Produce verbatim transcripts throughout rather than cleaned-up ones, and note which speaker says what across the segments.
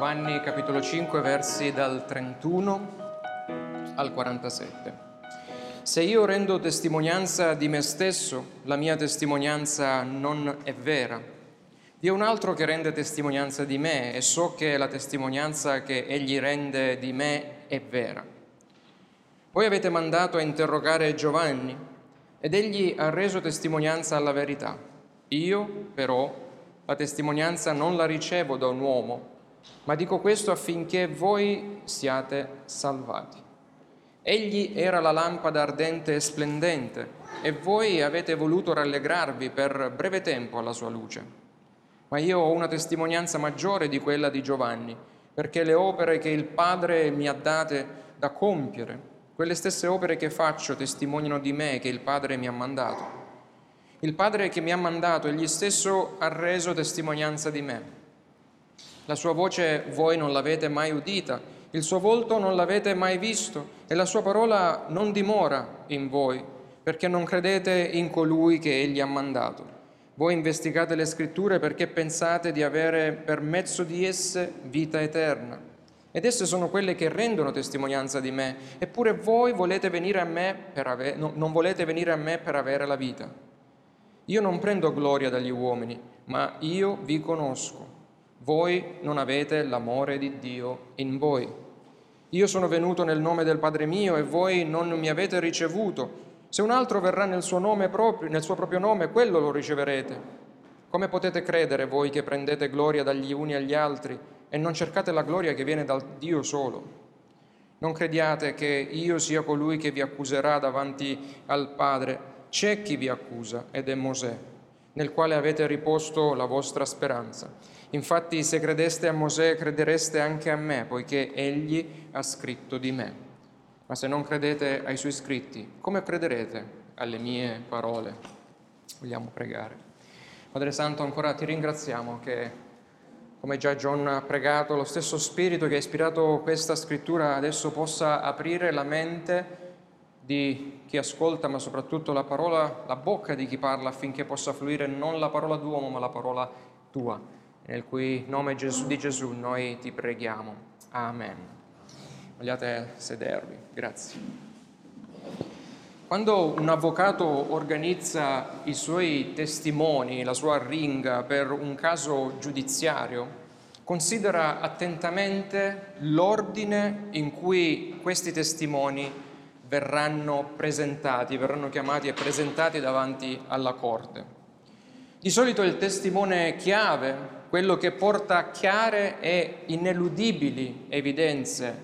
Speaker 1: Giovanni capitolo cinque, versi dal trentuno al quarantasette. Se io rendo testimonianza di me stesso, la mia testimonianza non è vera. Vi è un altro che rende testimonianza di me e so che la testimonianza che egli rende di me è vera. Voi avete mandato a interrogare Giovanni ed egli ha reso testimonianza alla verità. Io, però, la testimonianza non la ricevo da un uomo, ma dico questo affinché voi siate salvati. Egli era la lampada ardente e splendente, e voi avete voluto rallegrarvi per breve tempo alla sua luce. Ma io ho una testimonianza maggiore di quella di Giovanni, perché le opere che il Padre mi ha date da compiere, quelle stesse opere che faccio, testimoniano di me che il Padre mi ha mandato. Il Padre che mi ha mandato, egli stesso ha reso testimonianza di me. La sua voce voi non l'avete mai udita, il suo volto non l'avete mai visto e la sua parola non dimora in voi, perché non credete in colui che egli ha mandato. Voi investigate le scritture perché pensate di avere per mezzo di esse vita eterna. Ed esse sono quelle che rendono testimonianza di me, eppure voi volete venire a me per ave- no, non volete venire a me per avere la vita. Io non prendo gloria dagli uomini, ma io vi conosco. Voi non avete l'amore di Dio in voi. Io sono venuto nel nome del Padre mio e voi non mi avete ricevuto. Se un altro verrà nel suo nome proprio, nel suo proprio nome, quello lo riceverete. Come potete credere voi che prendete gloria dagli uni agli altri e non cercate la gloria che viene dal Dio solo? Non crediate che io sia colui che vi accuserà davanti al Padre. C'è chi vi accusa ed è Mosè, nel quale avete riposto la vostra speranza. Infatti, se credeste a Mosè, credereste anche a me, poiché egli ha scritto di me. Ma se non credete ai suoi scritti, come crederete alle mie parole? Vogliamo pregare. Padre Santo, ancora ti ringraziamo che, come già John ha pregato, lo stesso Spirito che ha ispirato questa scrittura adesso possa aprire la mente di chi ascolta, ma soprattutto la parola, la bocca di chi parla, affinché possa fluire non la parola d'uomo, ma la parola tua, nel cui nome Gesù, di Gesù noi ti preghiamo. Amen. Vogliate sedervi. Grazie. Quando un avvocato organizza i suoi testimoni, la sua arringa per un caso giudiziario, considera attentamente l'ordine in cui questi testimoni verranno presentati, verranno chiamati e presentati davanti alla corte. Di solito il testimone chiave, quello che porta chiare e ineludibili evidenze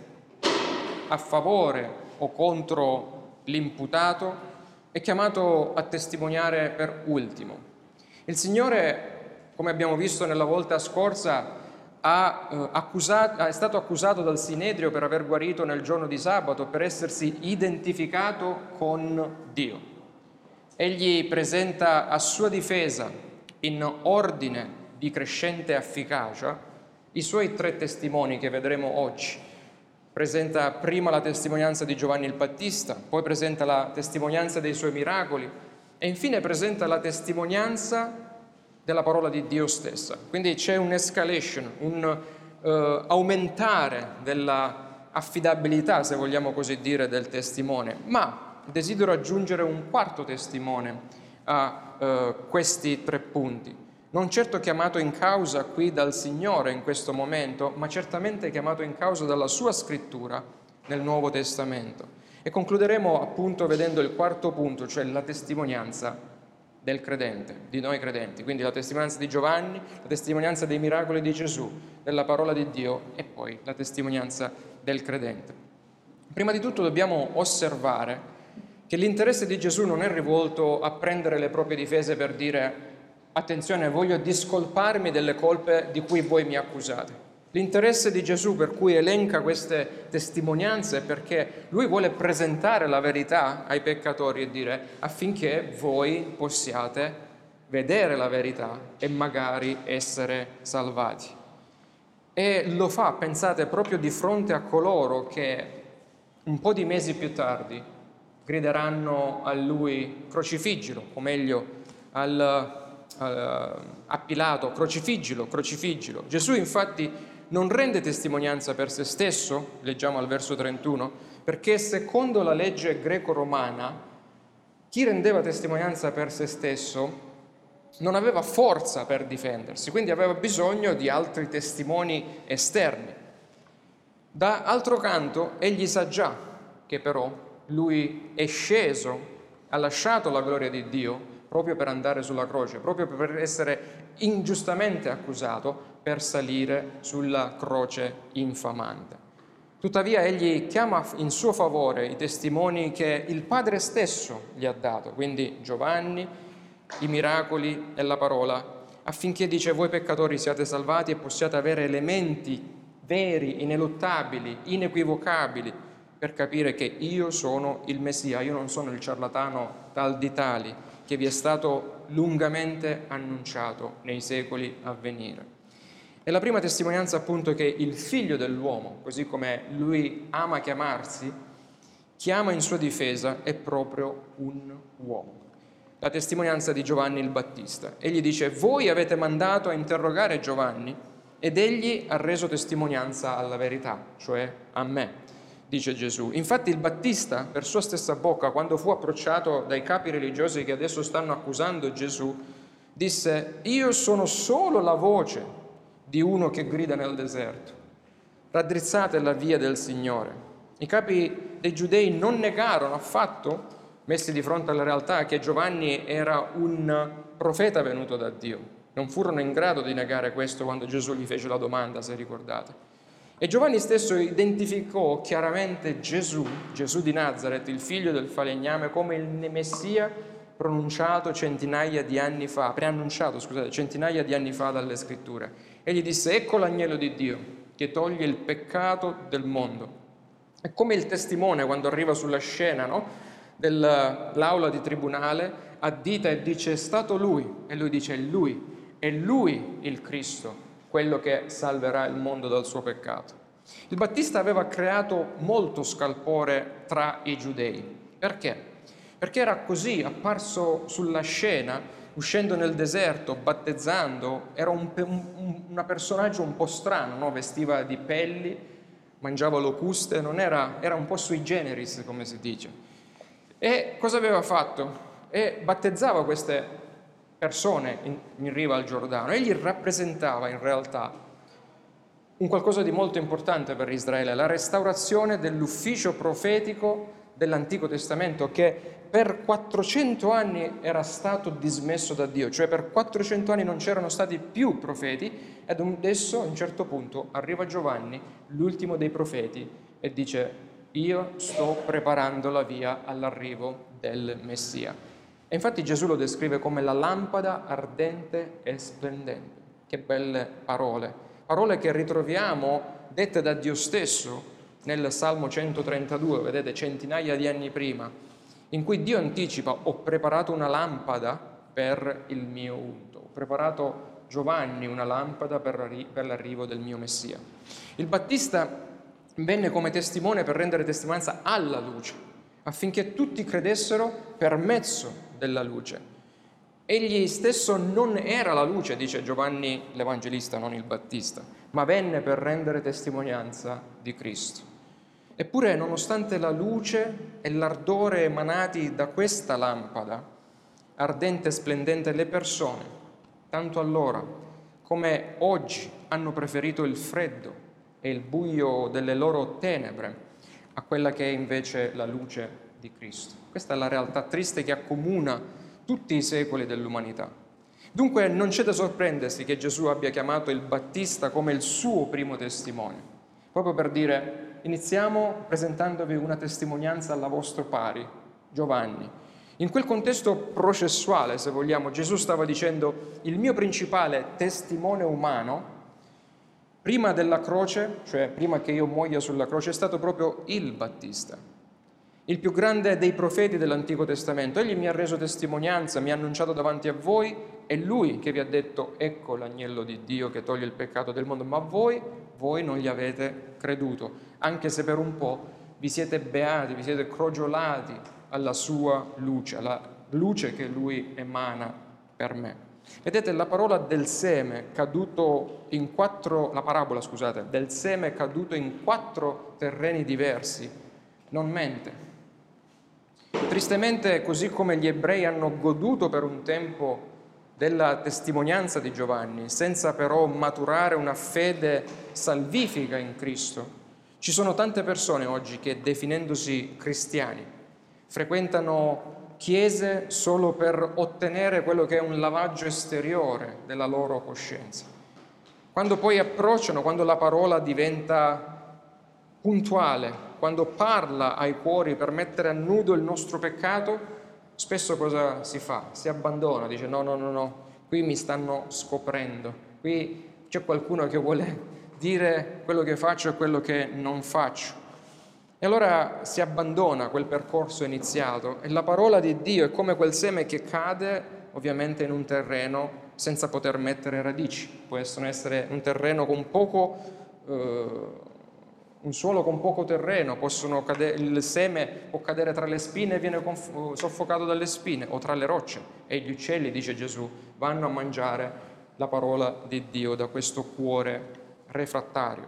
Speaker 1: a favore o contro l'imputato, è chiamato a testimoniare per ultimo. Il Signore, come abbiamo visto nella volta scorsa, Ha, eh, accusato, è stato accusato dal Sinedrio per aver guarito nel giorno di sabato, per essersi identificato con Dio. Egli presenta a sua difesa, in ordine di crescente efficacia, i suoi tre testimoni che vedremo oggi. Presenta prima la testimonianza di Giovanni il Battista, poi presenta la testimonianza dei suoi miracoli e infine presenta la testimonianza della parola di Dio stessa. Quindi c'è un'escalation, un uh, aumentare della affidabilità, se vogliamo così dire, del testimone. Ma desidero aggiungere un quarto testimone a uh, questi tre punti. Non certo chiamato in causa qui dal Signore in questo momento, ma certamente chiamato in causa dalla sua scrittura nel Nuovo Testamento. E concluderemo appunto vedendo il quarto punto, cioè la testimonianza del credente, di noi credenti, quindi la testimonianza di Giovanni, la testimonianza dei miracoli di Gesù, della parola di Dio e poi la testimonianza del credente. Prima di tutto dobbiamo osservare che l'interesse di Gesù non è rivolto a prendere le proprie difese per dire attenzione, voglio discolparmi delle colpe di cui voi mi accusate. L'interesse di Gesù per cui elenca queste testimonianze è perché Lui vuole presentare la verità ai peccatori e dire affinché voi possiate vedere la verità e magari essere salvati. E lo fa, pensate, proprio di fronte a coloro che un po' di mesi più tardi grideranno a Lui crocifiggilo, o meglio al, al, a Pilato crocifiggilo, crocifiggilo. Gesù infatti non rende testimonianza per se stesso, leggiamo al verso trentuno, perché secondo la legge greco-romana chi rendeva testimonianza per se stesso non aveva forza per difendersi, quindi aveva bisogno di altri testimoni esterni. Da altro canto, egli sa già che però lui è sceso, ha lasciato la gloria di Dio proprio per andare sulla croce, proprio per essere ingiustamente accusato, per salire sulla croce infamante. Tuttavia egli chiama in suo favore i testimoni che il Padre stesso gli ha dato, quindi Giovanni, i miracoli e la parola, affinché, dice, voi peccatori siate salvati e possiate avere elementi veri, ineluttabili, inequivocabili, per capire che io sono il Messia, io non sono il ciarlatano tal di tali, che vi è stato lungamente annunciato nei secoli a venire. E la prima testimonianza appunto che il figlio dell'uomo, così come lui ama chiamarsi, chiama in sua difesa è proprio un uomo. La testimonianza di Giovanni il Battista. Egli dice, voi avete mandato a interrogare Giovanni ed egli ha reso testimonianza alla verità, cioè a me, dice Gesù. Infatti il Battista, per sua stessa bocca, quando fu approcciato dai capi religiosi che adesso stanno accusando Gesù, disse, io sono solo la voce di uno che grida nel deserto. Raddrizzate la via del Signore. I capi dei giudei non negarono affatto, messi di fronte alla realtà, che Giovanni era un profeta venuto da Dio. Non furono in grado di negare questo quando Gesù gli fece la domanda, se ricordate. E Giovanni stesso identificò chiaramente Gesù, Gesù di Nazaret, il figlio del falegname, come il Messia pronunciato centinaia di anni fa, preannunciato, scusate, centinaia di anni fa dalle Scritture. Egli disse, ecco l'agnello di Dio, che toglie il peccato del mondo. È come il testimone quando arriva sulla scena, no? dell'aula di tribunale, addita e dice, è stato lui, e lui dice, è lui, è lui il Cristo, quello che salverà il mondo dal suo peccato. Il Battista aveva creato molto scalpore tra i giudei. Perché? Perché era così, apparso sulla scena, uscendo nel deserto, battezzando, era un, un, un personaggio un po' strano, no? Vestiva di pelli, mangiava locuste, non era, era un po' sui generis, come si dice. E cosa aveva fatto? E battezzava queste persone in, in riva al Giordano. Egli rappresentava in realtà un qualcosa di molto importante per Israele, la restaurazione dell'ufficio profetico dell'Antico Testamento, che per quattrocento anni era stato dismesso da Dio, cioè per quattrocento anni non c'erano stati più profeti, ed adesso a un certo punto arriva Giovanni, l'ultimo dei profeti, e dice, io sto preparando la via all'arrivo del Messia. E infatti Gesù lo descrive come la lampada ardente e splendente. Che belle parole. Parole che ritroviamo dette da Dio stesso nel Salmo centotrentadue, vedete, centinaia di anni prima, in cui Dio anticipa, ho preparato una lampada per il mio unto, ho preparato Giovanni una lampada per, per l'arrivo del mio Messia. Il Battista venne come testimone per rendere testimonianza alla luce, affinché tutti credessero per mezzo della luce. Egli stesso non era la luce, dice Giovanni l'Evangelista, non il Battista, ma venne per rendere testimonianza di Cristo. Eppure, nonostante la luce e l'ardore emanati da questa lampada, ardente e splendente, le persone, tanto allora come oggi, hanno preferito il freddo e il buio delle loro tenebre a quella che è invece la luce di Cristo. Questa è la realtà triste che accomuna tutti i secoli dell'umanità. Dunque non c'è da sorprendersi che Gesù abbia chiamato il Battista come il suo primo testimone, proprio per dire, iniziamo presentandovi una testimonianza alla vostro pari, Giovanni. In quel contesto processuale, se vogliamo, Gesù stava dicendo, il mio principale testimone umano prima della croce, cioè prima che io muoia sulla croce, è stato proprio il Battista, il più grande dei profeti dell'Antico Testamento. Egli mi ha reso testimonianza, mi ha annunciato davanti a voi, è lui che vi ha detto, ecco l'agnello di Dio che toglie il peccato del mondo, ma voi, voi non gli avete creduto, anche se per un po' vi siete beati, vi siete crogiolati alla sua luce, alla luce che lui emana per me. Vedete, la parola del seme caduto in quattro, la parabola, scusate, del seme caduto in quattro terreni diversi, non mente. Tristemente, così come gli ebrei hanno goduto per un tempo della testimonianza di Giovanni, senza però maturare una fede salvifica in Cristo, ci sono tante persone oggi che, definendosi cristiani, frequentano chiese solo per ottenere quello che è un lavaggio esteriore della loro coscienza. Quando poi approcciano, quando la parola diventa puntuale, quando parla ai cuori per mettere a nudo il nostro peccato, spesso cosa si fa? Si abbandona, dice no, no, no, no, qui mi stanno scoprendo, qui c'è qualcuno che vuole dire quello che faccio e quello che non faccio. E allora si abbandona quel percorso iniziato e la parola di Dio è come quel seme che cade ovviamente in un terreno senza poter mettere radici. Può essere un terreno con poco, eh, un suolo con poco terreno, possono cadere, il seme può cadere tra le spine e viene conf- soffocato dalle spine, o tra le rocce, e gli uccelli, dice Gesù, vanno a mangiare la parola di Dio da questo cuore refrattario.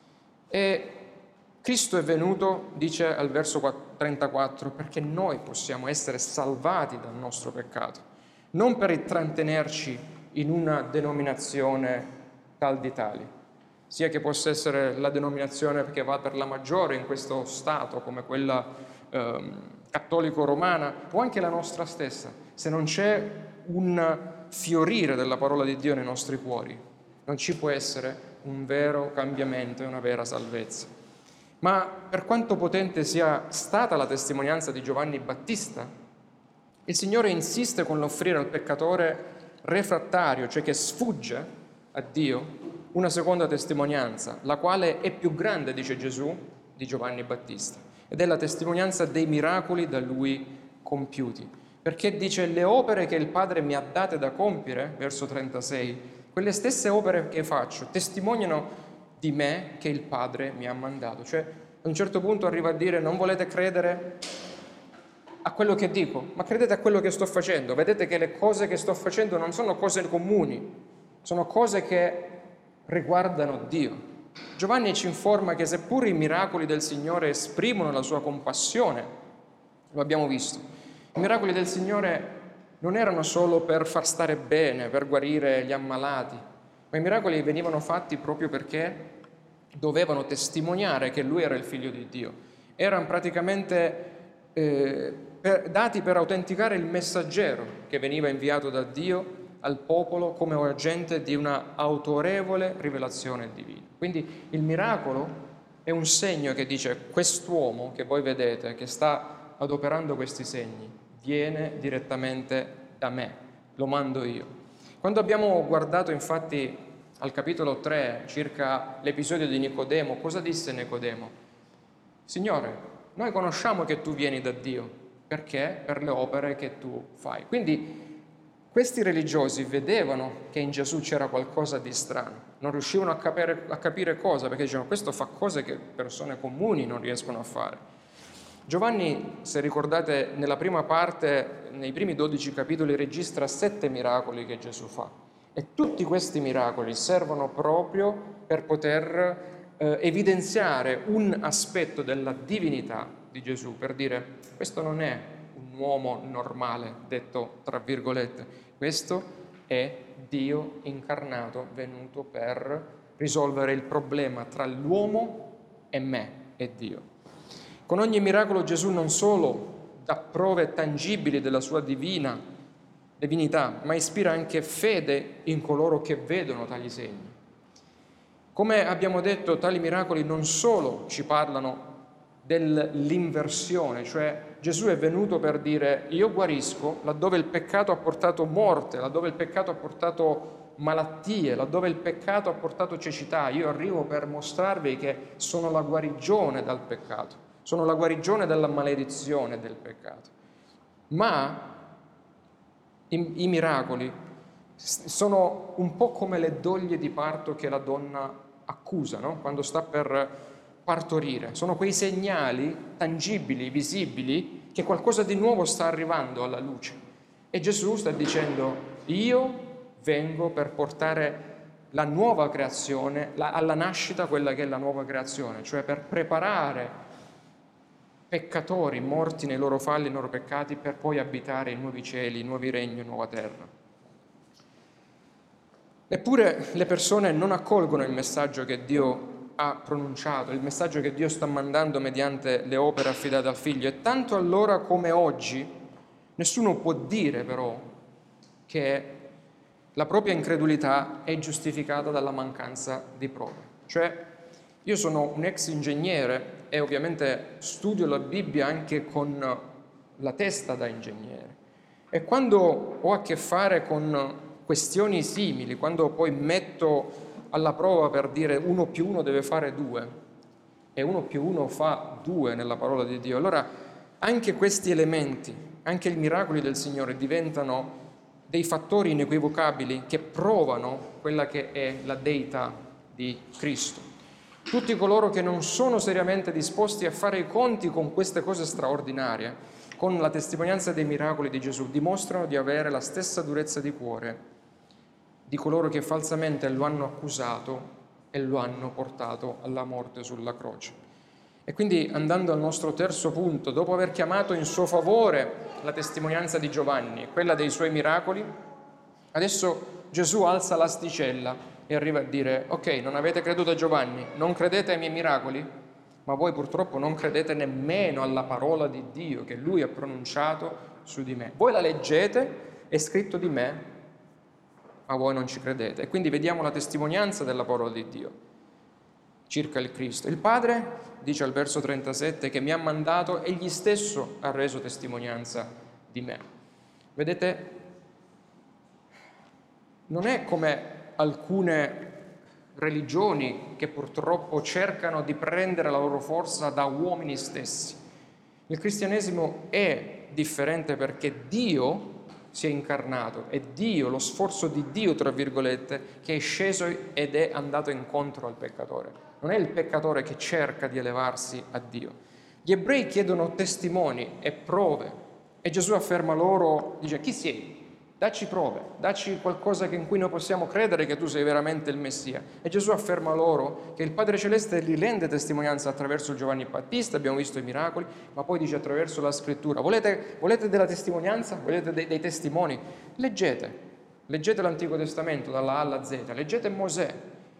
Speaker 1: E Cristo è venuto, dice al verso trentaquattro, perché noi possiamo essere salvati dal nostro peccato, non per intrattenerci in una denominazione tal di tali, sia che possa essere la denominazione che va per la maggiore in questo Stato, come quella eh, cattolico-romana, o anche la nostra stessa. Se non c'è un fiorire della parola di Dio nei nostri cuori, non ci può essere un vero cambiamento e una vera salvezza. Ma per quanto potente sia stata la testimonianza di Giovanni Battista, il Signore insiste con l'offrire al peccatore refrattario, cioè che sfugge a Dio, una seconda testimonianza, la quale è più grande, dice Gesù, di Giovanni Battista, ed è la testimonianza dei miracoli da lui compiuti. Perché dice, le opere che il Padre mi ha date da compiere, verso trentasei, quelle stesse opere che faccio testimoniano di me che il Padre mi ha mandato. Cioè, a un certo punto arriva a dire, non volete credere a quello che dico, ma credete a quello che sto facendo. Vedete che le cose che sto facendo non sono cose comuni, sono cose che riguardano Dio. Giovanni ci informa che seppur i miracoli del Signore esprimono la sua compassione, lo abbiamo visto, i miracoli del Signore non erano solo per far stare bene, per guarire gli ammalati, ma i miracoli venivano fatti proprio perché dovevano testimoniare che Lui era il Figlio di Dio. Erano praticamente eh, per, dati per autenticare il messaggero che veniva inviato da Dio al popolo come agente di una autorevole rivelazione divina. Quindi il miracolo è un segno che dice quest'uomo che voi vedete, che sta adoperando questi segni, viene direttamente da me, lo mando io. Quando abbiamo guardato infatti al capitolo tre circa l'episodio di Nicodemo, cosa disse Nicodemo? Signore, noi conosciamo che tu vieni da Dio, perché? Per le opere che tu fai. Quindi questi religiosi vedevano che in Gesù c'era qualcosa di strano, non riuscivano a capire, a capire cosa, perché dicevano questo fa cose che persone comuni non riescono a fare. Giovanni, se ricordate, nella prima parte, nei primi dodici capitoli, registra sette miracoli che Gesù fa. E tutti questi miracoli servono proprio per poter eh, evidenziare un aspetto della divinità di Gesù, per dire questo non è un uomo normale, detto tra virgolette, questo è Dio incarnato venuto per risolvere il problema tra l'uomo e me e Dio. Con ogni miracolo Gesù non solo dà prove tangibili della sua divina divinità, ma ispira anche fede in coloro che vedono tali segni. Come abbiamo detto, tali miracoli non solo ci parlano dell'inversione, cioè Gesù è venuto per dire io guarisco laddove il peccato ha portato morte, laddove il peccato ha portato malattie, laddove il peccato ha portato cecità, io arrivo per mostrarvi che sono la guarigione dal peccato, sono la guarigione dalla maledizione del peccato. Ma i, i miracoli sono un po' come le doglie di parto che la donna accusa, no? Quando sta per partorire. Sono quei segnali tangibili, visibili, che qualcosa di nuovo sta arrivando alla luce. E Gesù sta dicendo, io vengo per portare la nuova creazione, la, alla nascita quella che è la nuova creazione, cioè per preparare peccatori morti nei loro falli, nei loro peccati, per poi abitare i nuovi cieli, i nuovi regni, nuova terra. Eppure le persone non accolgono il messaggio che Dio ha pronunciato, il messaggio che Dio sta mandando mediante le opere affidate al Figlio. E tanto allora come oggi nessuno può dire però che la propria incredulità è giustificata dalla mancanza di prove. Cioè, io sono un ex ingegnere e ovviamente studio la Bibbia anche con la testa da ingegnere. E quando ho a che fare con questioni simili, quando poi metto alla prova per dire uno più uno deve fare due, e uno più uno fa due nella parola di Dio, allora anche questi elementi, anche i miracoli del Signore diventano dei fattori inequivocabili che provano quella che è la deità di Cristo. Tutti coloro che non sono seriamente disposti a fare i conti con queste cose straordinarie, con la testimonianza dei miracoli di Gesù, dimostrano di avere la stessa durezza di cuore di coloro che falsamente lo hanno accusato e lo hanno portato alla morte sulla croce. E quindi, andando al nostro terzo punto, dopo aver chiamato in suo favore la testimonianza di Giovanni, quella dei suoi miracoli, adesso Gesù alza l'asticella e arriva a dire: ok, non avete creduto a Giovanni, non credete ai miei miracoli, ma voi purtroppo non credete nemmeno alla parola di Dio che Lui ha pronunciato su di me. Voi la leggete, è scritto di me, ma voi non ci credete. E quindi vediamo la testimonianza della parola di Dio circa il Cristo. Il Padre, dice al verso trentasette, che mi ha mandato, egli stesso ha reso testimonianza di me. Vedete, non è come alcune religioni che purtroppo cercano di prendere la loro forza da uomini stessi. Il cristianesimo è differente perché Dio si è incarnato, è Dio, lo sforzo di Dio, tra virgolette, che è sceso ed è andato incontro al peccatore. Non è il peccatore che cerca di elevarsi a Dio. Gli ebrei chiedono testimoni e prove e Gesù afferma loro, dice: chi sei? Dacci prove, dacci qualcosa in cui noi possiamo credere che tu sei veramente il Messia. E Gesù afferma loro che il Padre Celeste gli rende testimonianza attraverso Giovanni Battista, abbiamo visto i miracoli, ma poi dice attraverso la Scrittura. Volete, volete della testimonianza? Volete dei, dei testimoni? Leggete, leggete l'Antico Testamento dalla A alla Z, leggete Mosè,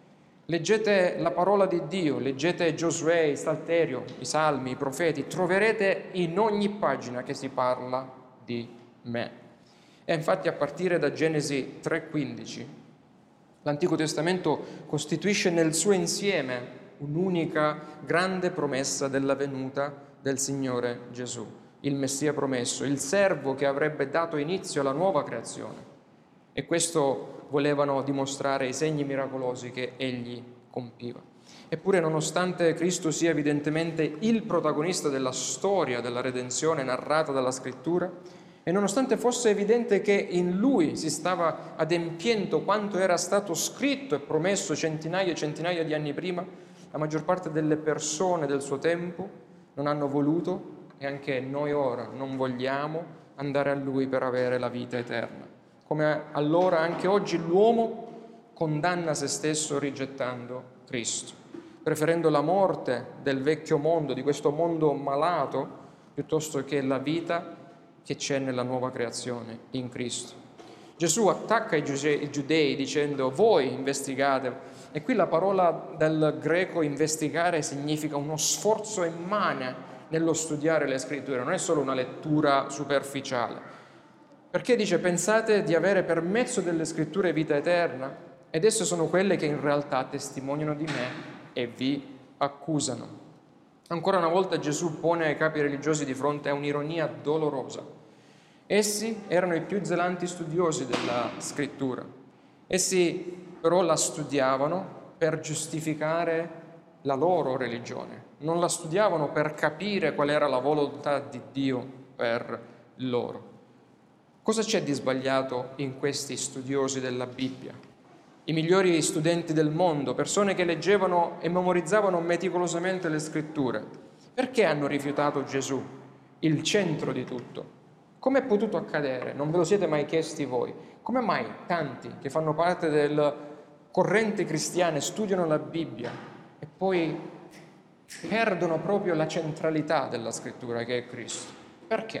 Speaker 1: leggete la parola di Dio, leggete Giosuè, il Salterio, i Salmi, i Profeti, troverete in ogni pagina che si parla di me. E infatti a partire da Genesi tre quindici l'Antico Testamento costituisce nel suo insieme un'unica grande promessa della venuta del Signore Gesù, il Messia promesso, il servo che avrebbe dato inizio alla nuova creazione. E questo volevano dimostrare i segni miracolosi che egli compiva. Eppure, nonostante Cristo sia evidentemente il protagonista della storia della redenzione narrata dalla Scrittura, e nonostante fosse evidente che in Lui si stava adempiendo quanto era stato scritto e promesso centinaia e centinaia di anni prima, la maggior parte delle persone del suo tempo non hanno voluto, e anche noi ora non vogliamo, andare a Lui per avere la vita eterna. Come allora anche oggi l'uomo condanna se stesso rigettando Cristo, preferendo la morte del vecchio mondo, di questo mondo malato, piuttosto che la vita che c'è nella nuova creazione in Cristo. Gesù attacca i giudei dicendo: voi investigate, e qui la parola del greco investigare significa uno sforzo immane nello studiare le Scritture, non è solo una lettura superficiale. Perché dice: pensate di avere per mezzo delle Scritture vita eterna, ed esse sono quelle che in realtà testimoniano di me e vi accusano. Ancora una volta Gesù pone ai capi religiosi di fronte a un'ironia dolorosa. Essi erano i più zelanti studiosi della Scrittura. Essi però la studiavano per giustificare la loro religione. Non la studiavano per capire qual era la volontà di Dio per loro. Cosa c'è di sbagliato in questi studiosi della Bibbia? I migliori studenti del mondo, persone che leggevano e memorizzavano meticolosamente le Scritture. Perché hanno rifiutato Gesù, il centro di tutto? Come è potuto accadere? Non ve lo siete mai chiesti voi? Come mai tanti che fanno parte del corrente cristiane studiano la Bibbia e poi perdono proprio la centralità della scrittura che è Cristo? Perché?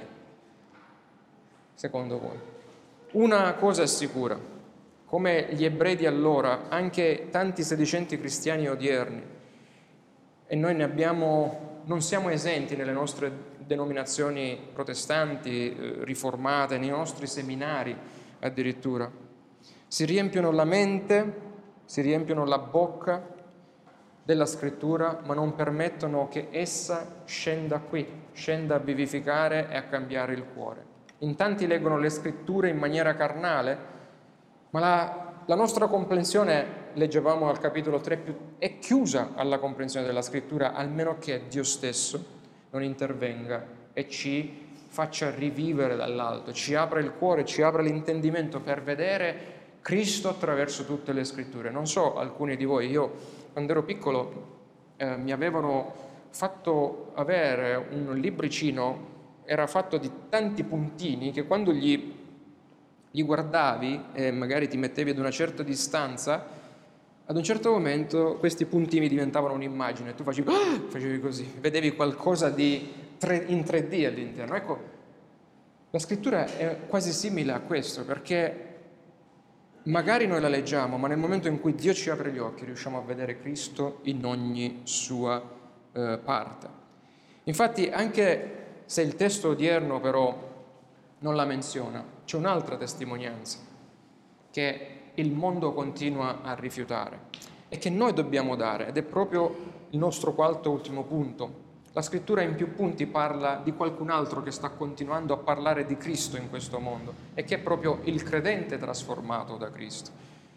Speaker 1: Secondo voi? Una cosa è sicura, come gli ebrei di allora, anche tanti sedicenti cristiani odierni, e noi ne abbiamo, non siamo esenti nelle nostre denominazioni protestanti, eh, riformate, nei nostri seminari addirittura, si riempiono la mente, si riempiono la bocca della scrittura, ma non permettono che essa scenda qui, scenda a vivificare e a cambiare il cuore. In tanti leggono le scritture in maniera carnale, ma la, la nostra comprensione, leggevamo al capitolo tre, è chiusa alla comprensione della scrittura, almeno che Dio stesso non intervenga e ci faccia rivivere dall'alto, ci apra il cuore, ci apra l'intendimento per vedere Cristo attraverso tutte le scritture. Non so, alcuni di voi, io quando ero piccolo eh, mi avevano fatto avere un libricino, era fatto di tanti puntini che quando gli, gli guardavi e magari ti mettevi ad una certa distanza, ad un certo momento questi puntini diventavano un'immagine, tu facevi, ah! facevi così, vedevi qualcosa di tre, in tre D all'interno. Ecco, la scrittura è quasi simile a questo, perché magari noi la leggiamo, ma nel momento in cui Dio ci apre gli occhi riusciamo a vedere Cristo in ogni sua eh, parte. Infatti, anche se il testo odierno però non la menziona, c'è un'altra testimonianza che il mondo continua a rifiutare e che noi dobbiamo dare, ed è proprio il nostro quarto ultimo punto. La scrittura in più punti parla di qualcun altro che sta continuando a parlare di Cristo in questo mondo e che è proprio il credente trasformato da Cristo.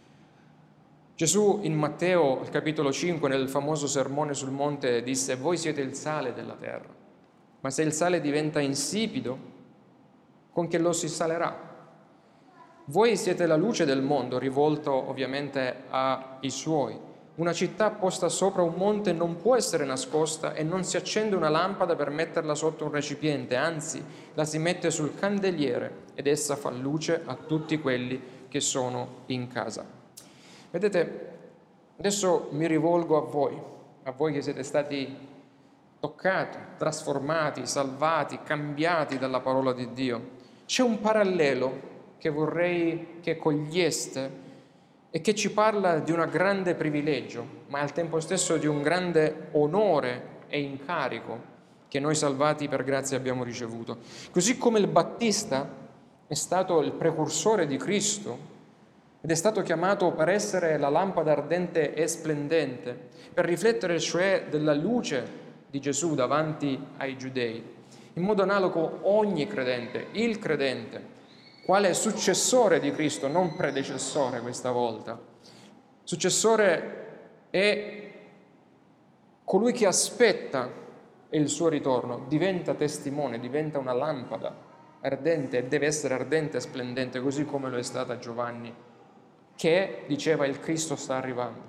Speaker 1: Gesù in Matteo, al capitolo cinque, nel famoso sermone sul monte, disse: voi siete il sale della terra, ma se il sale diventa insipido, con che lo si salerà? Voi siete la luce del mondo, rivolto ovviamente ai suoi. Una città posta sopra un monte non può essere nascosta e non si accende una lampada per metterla sotto un recipiente, anzi la si mette sul candeliere ed essa fa luce a tutti quelli che sono in casa. Vedete, adesso mi rivolgo a voi, a voi che siete stati toccati, trasformati, salvati, cambiati dalla parola di Dio. C'è un parallelo che vorrei che coglieste e che ci parla di un grande privilegio, ma al tempo stesso di un grande onore e incarico che noi salvati per grazia abbiamo ricevuto. Così come il Battista è stato il precursore di Cristo ed è stato chiamato per essere la lampada ardente e splendente, per riflettere cioè della luce di Gesù davanti ai giudei. In modo analogo ogni credente, il credente, quale successore di Cristo, non predecessore questa volta. Successore è colui che aspetta il suo ritorno, diventa testimone, diventa una lampada ardente e deve essere ardente e splendente, così come lo è stata Giovanni, che diceva il Cristo sta arrivando.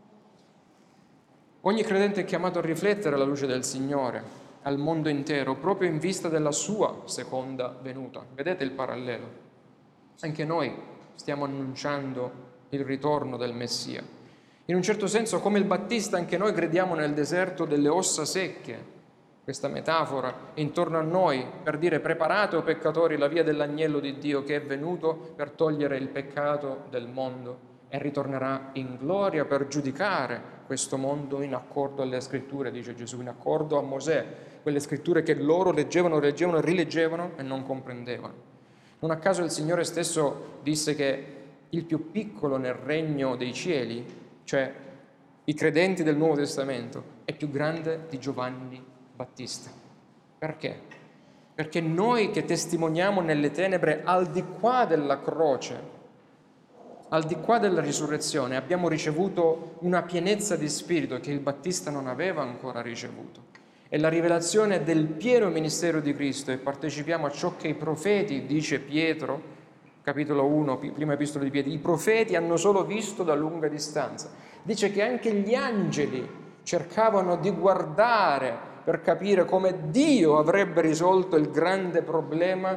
Speaker 1: Ogni credente è chiamato a riflettere la luce del Signore al mondo intero, proprio in vista della sua seconda venuta. Vedete il parallelo? Anche noi stiamo annunciando il ritorno del Messia. In un certo senso, come il Battista, anche noi crediamo nel deserto delle ossa secche. Questa metafora intorno a noi per dire: preparate, o peccatori, la via dell'agnello di Dio che è venuto per togliere il peccato del mondo e ritornerà in gloria per giudicare questo mondo in accordo alle scritture, dice Gesù, in accordo a Mosè, quelle scritture che loro leggevano, leggevano, rileggevano e non comprendevano. Non a caso il Signore stesso disse che il più piccolo nel regno dei cieli, cioè i credenti del Nuovo Testamento, è più grande di Giovanni Battista. Perché? Perché noi che testimoniamo nelle tenebre al di qua della croce, al di qua della risurrezione, abbiamo ricevuto una pienezza di spirito che il Battista non aveva ancora ricevuto. È la rivelazione del pieno ministero di Cristo e partecipiamo a ciò che i profeti, dice Pietro, capitolo uno, prima epistola di Pietro, i profeti hanno solo visto da lunga distanza. Dice che anche gli angeli cercavano di guardare per capire come Dio avrebbe risolto il grande problema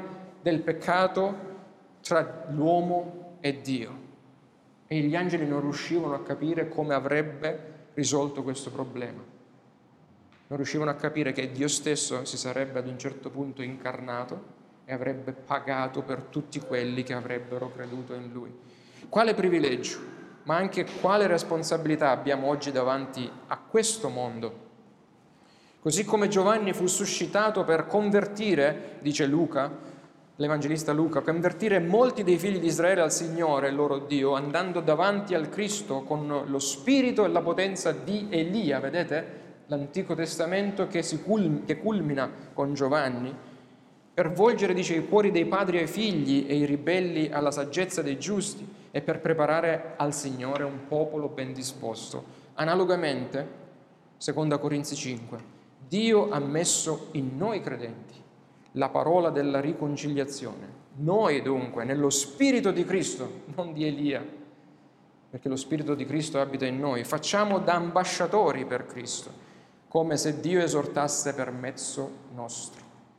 Speaker 1: del peccato tra l'uomo e Dio. E gli angeli non riuscivano a capire come avrebbe risolto questo problema. Non riuscivano a capire che Dio stesso si sarebbe ad un certo punto incarnato e avrebbe pagato per tutti quelli che avrebbero creduto in Lui. Quale privilegio, ma anche quale responsabilità abbiamo oggi davanti a questo mondo. Così come Giovanni fu suscitato per convertire, dice Luca, l'Evangelista Luca, convertire molti dei figli di Israele al Signore, il loro Dio, andando davanti al Cristo con lo spirito e la potenza di Elia, vedete? L'Antico Testamento che, si culm- che culmina con Giovanni, per volgere, dice, i cuori dei padri ai figli e i ribelli alla saggezza dei giusti e per preparare al Signore un popolo ben disposto. Analogamente, seconda Corinzi cinque, Dio ha messo in noi credenti la parola della riconciliazione. Noi dunque, nello Spirito di Cristo, non di Elia, perché lo Spirito di Cristo abita in noi, facciamo da ambasciatori per Cristo, come se Dio esortasse per mezzo nostro,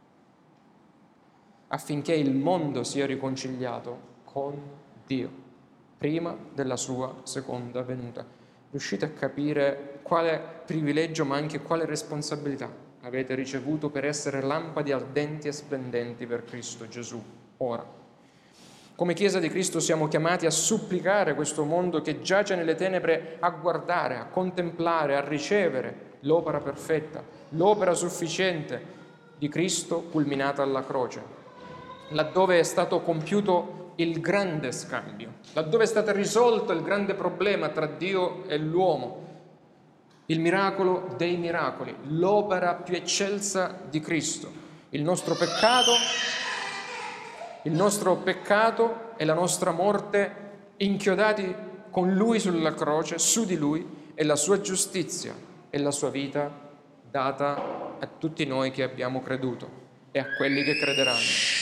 Speaker 1: affinché il mondo sia riconciliato con Dio, prima della sua seconda venuta. Riuscite a capire quale privilegio, ma anche quale responsabilità avete ricevuto per essere lampadi ardenti e splendenti per Cristo Gesù, ora. Come Chiesa di Cristo siamo chiamati a supplicare questo mondo che giace nelle tenebre a guardare, a contemplare, a ricevere l'opera perfetta, l'opera sufficiente di Cristo culminata alla croce, laddove è stato compiuto il grande scambio, laddove è stato risolto il grande problema tra Dio e l'uomo, il miracolo dei miracoli, l'opera più eccelsa di Cristo, il nostro peccato, il nostro peccato e la nostra morte inchiodati con Lui sulla croce, su di Lui, e la sua giustizia e la sua vita data a tutti noi che abbiamo creduto e a quelli che crederanno.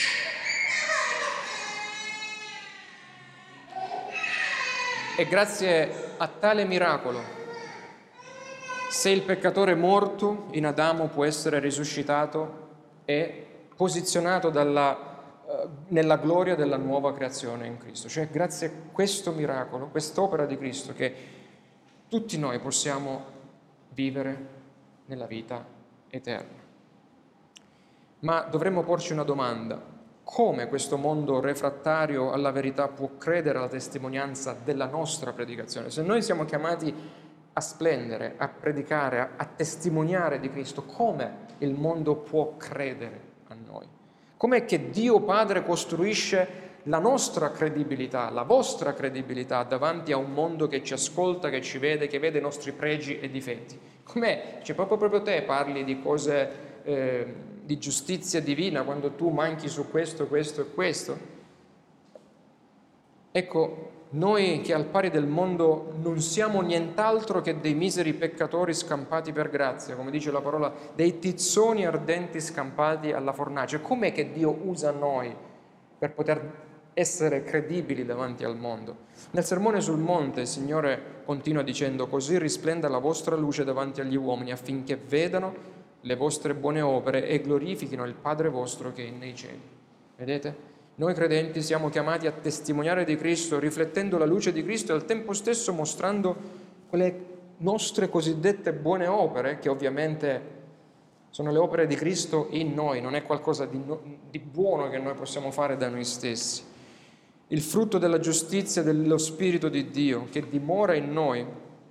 Speaker 1: E grazie a tale miracolo, se il peccatore morto in Adamo può essere risuscitato e posizionato dalla, eh, nella gloria della nuova creazione in Cristo. Cioè grazie a questo miracolo, quest'opera di Cristo, che tutti noi possiamo vivere nella vita eterna. Ma dovremmo porci una domanda: come questo mondo refrattario alla verità può credere alla testimonianza della nostra predicazione? Se noi siamo chiamati a splendere, a predicare, a, a testimoniare di Cristo, come il mondo può credere a noi? Com'è che Dio Padre costruisce la nostra credibilità, la vostra credibilità davanti a un mondo che ci ascolta, che ci vede, che vede i nostri pregi e difetti? Com'è? Cioè proprio, proprio te parli di cose, eh, di giustizia divina, quando tu manchi su questo, questo e questo? Ecco, noi che al pari del mondo non siamo nient'altro che dei miseri peccatori scampati per grazia, come dice la parola, dei tizzoni ardenti scampati alla fornace. Com'è che Dio usa noi per poter essere credibili davanti al mondo? Nel Sermone sul Monte il Signore continua dicendo: così risplenda la vostra luce davanti agli uomini, affinché vedano le vostre buone opere e glorifichino il Padre vostro che è nei cieli. Vedete? Noi credenti siamo chiamati a testimoniare di Cristo, riflettendo la luce di Cristo e al tempo stesso mostrando quelle nostre cosiddette buone opere, che ovviamente sono le opere di Cristo in noi, non è qualcosa di, no, di buono che noi possiamo fare da noi stessi. Il frutto della giustizia dello Spirito di Dio che dimora in noi,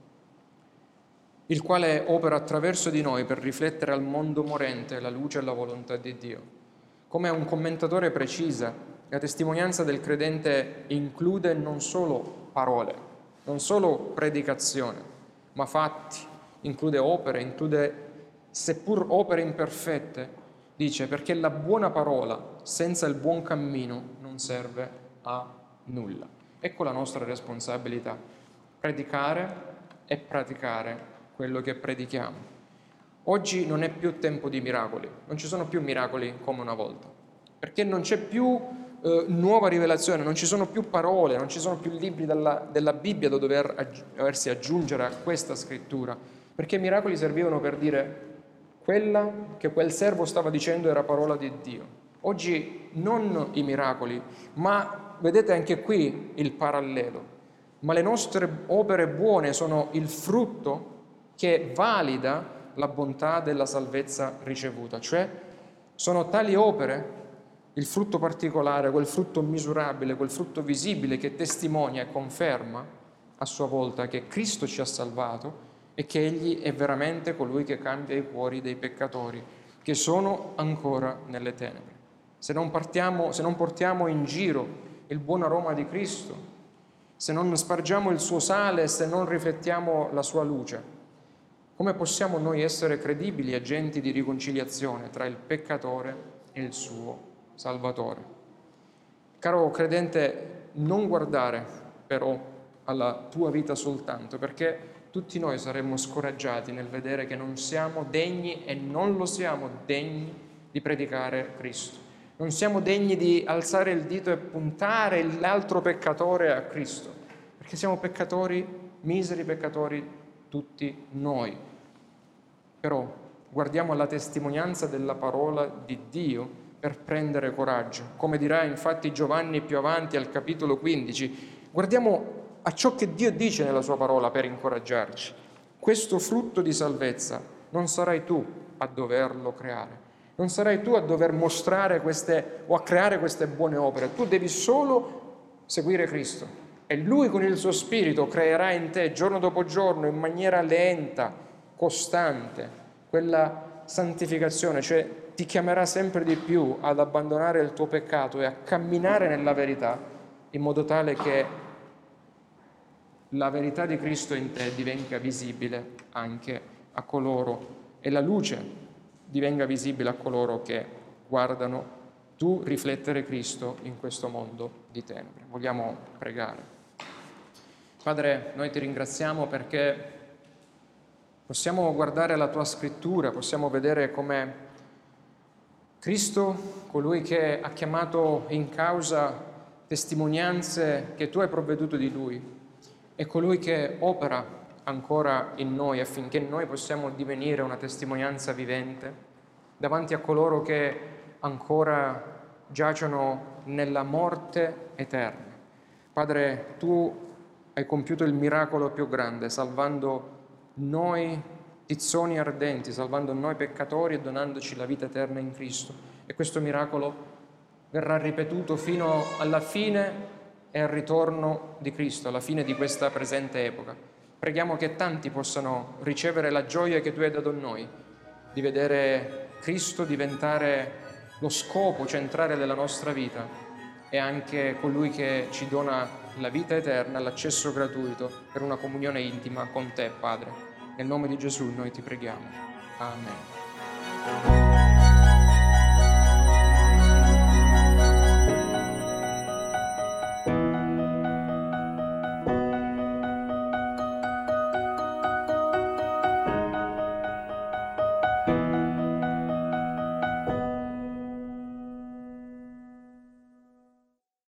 Speaker 1: il quale opera attraverso di noi per riflettere al mondo morente la luce e la volontà di Dio. Come un commentatore precisa, la testimonianza del credente include non solo parole, non solo predicazione, ma fatti, include opere, include seppur opere imperfette, dice, perché la buona parola senza il buon cammino non serve a nulla. Ecco la nostra responsabilità: predicare e praticare quello che predichiamo. Oggi non è più tempo di miracoli, non ci sono più miracoli come una volta, perché non c'è più eh, nuova rivelazione, non ci sono più parole, non ci sono più libri della, della Bibbia da dover aggi- doversi aggiungere a questa scrittura, perché i miracoli servivano per dire quella che quel servo stava dicendo era parola di Dio. Oggi non i miracoli, ma vedete anche qui il parallelo. Ma le nostre opere buone sono il frutto che valida la bontà della salvezza ricevuta, cioè sono tali opere, il frutto particolare, quel frutto misurabile, quel frutto visibile che testimonia e conferma a sua volta che Cristo ci ha salvato e che Egli è veramente colui che cambia i cuori dei peccatori che sono ancora nelle tenebre. Se non partiamo, se non portiamo in giro il buon aroma di Cristo, se non spargiamo il suo sale, se non riflettiamo la sua luce, come possiamo noi essere credibili agenti di riconciliazione tra il peccatore e il suo Salvatore? Caro credente, non guardare però alla tua vita soltanto, perché tutti noi saremmo scoraggiati nel vedere che non siamo degni e non lo siamo degni di predicare Cristo. Non siamo degni di alzare il dito e puntare l'altro peccatore a Cristo, perché siamo peccatori, miseri peccatori tutti noi. Però guardiamo alla testimonianza della parola di Dio per prendere coraggio. Come dirà infatti Giovanni più avanti al capitolo quindici, guardiamo a ciò che Dio dice nella sua parola per incoraggiarci. Questo frutto di salvezza non sarai tu a doverlo creare, non sarai tu a dover mostrare queste o a creare queste buone opere, tu devi solo seguire Cristo e Lui con il suo Spirito creerà in te giorno dopo giorno in maniera lenta, costante, quella santificazione, cioè ti chiamerà sempre di più ad abbandonare il tuo peccato e a camminare nella verità in modo tale che la verità di Cristo in te divenga visibile anche a coloro e la luce divenga visibile a coloro che guardano tu riflettere Cristo in questo mondo di tenebre. Vogliamo pregare. Padre, noi ti ringraziamo perché possiamo guardare la tua scrittura, possiamo vedere come Cristo, colui che ha chiamato in causa testimonianze che tu hai provveduto di Lui, è colui che opera ancora in noi affinché noi possiamo divenire una testimonianza vivente davanti a coloro che ancora giacciono nella morte eterna. Padre, tu hai compiuto il miracolo più grande, salvando noi tizzoni ardenti, salvando noi peccatori e donandoci la vita eterna in Cristo. E questo miracolo verrà ripetuto fino alla fine e al ritorno di Cristo, alla fine di questa presente epoca. Preghiamo che tanti possano ricevere la gioia che tu hai dato a noi, di vedere Cristo diventare lo scopo centrale della nostra vita e anche colui che ci dona la vita eterna, l'accesso gratuito per una comunione intima con te, Padre. Nel nome di Gesù noi ti preghiamo. Amen.